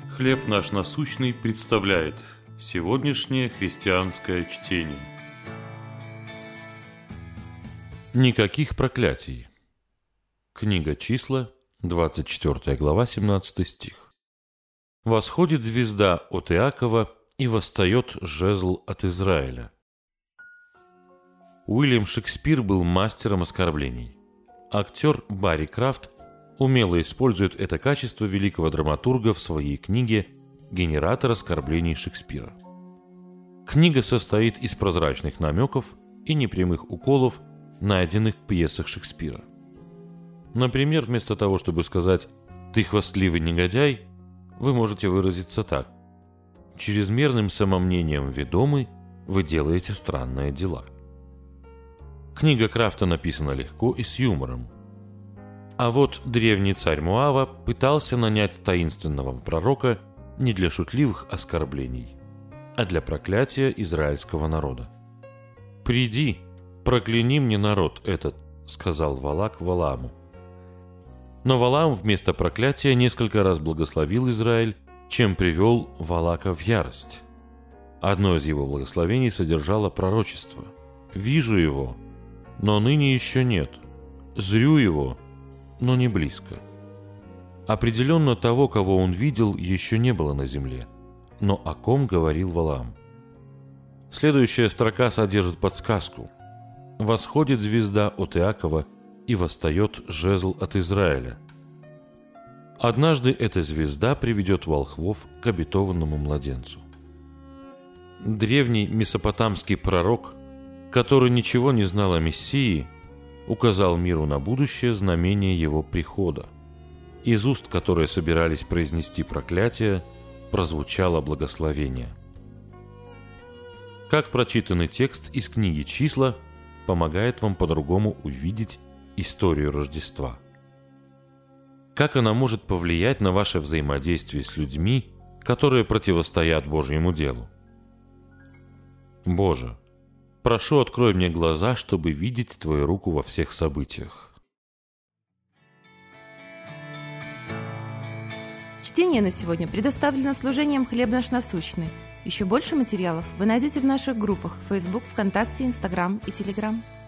«Хлеб наш насущный» представляет сегодняшнее христианское чтение. Никаких проклятий. Книга Числа, 24 глава, 17 стих. «Восходит звезда от Иакова, и восстает жезл от Израиля». Уильям Шекспир был мастером оскорблений. Актер Барри Крафт умело использует это качество великого драматурга в своей книге «Генератор оскорблений Шекспира». Книга состоит из прозрачных намеков и непрямых уколов, найденных в пьесах Шекспира. Например, вместо того, чтобы сказать «ты хвастливый негодяй», вы можете выразиться так: «Чрезмерным самомнением ведомы, вы делаете странные дела». Книга Крафта написана легко и с юмором. А вот древний царь Моава пытался нанять таинственного пророка не для шутливых оскорблений, а для проклятия израильского народа. «Приди, прокляни мне народ этот», — сказал Валак Валааму. Но Валаам вместо проклятия несколько раз благословил Израиль, чем привел Валака в ярость. Одно из его благословений содержало пророчество: «Вижу его, но ныне еще нет, зрю его, но не близко». Определенно того, кого он видел, еще не было на земле. Но о ком говорил Валаам? Следующая строка содержит подсказку: «Восходит звезда от Иакова, и восстает жезл от Израиля». Однажды эта звезда приведет волхвов к обетованному младенцу. Древний месопотамский пророк, который ничего не знал о Мессии, указал миру на будущее знамение его прихода. Из уст, которые собирались произнести проклятие, прозвучало благословение. Как прочитанный текст из книги «Числа» помогает вам по-другому увидеть историю Рождества? Как она может повлиять на ваше взаимодействие с людьми, которые противостоят Божьему делу? Боже, прошу, открой мне глаза, чтобы видеть Твою руку во всех событиях. Чтение на сегодня предоставлено служением «Хлеб наш насущный». Еще больше материалов вы найдете в наших группах Facebook, ВКонтакте, Instagram и Telegram.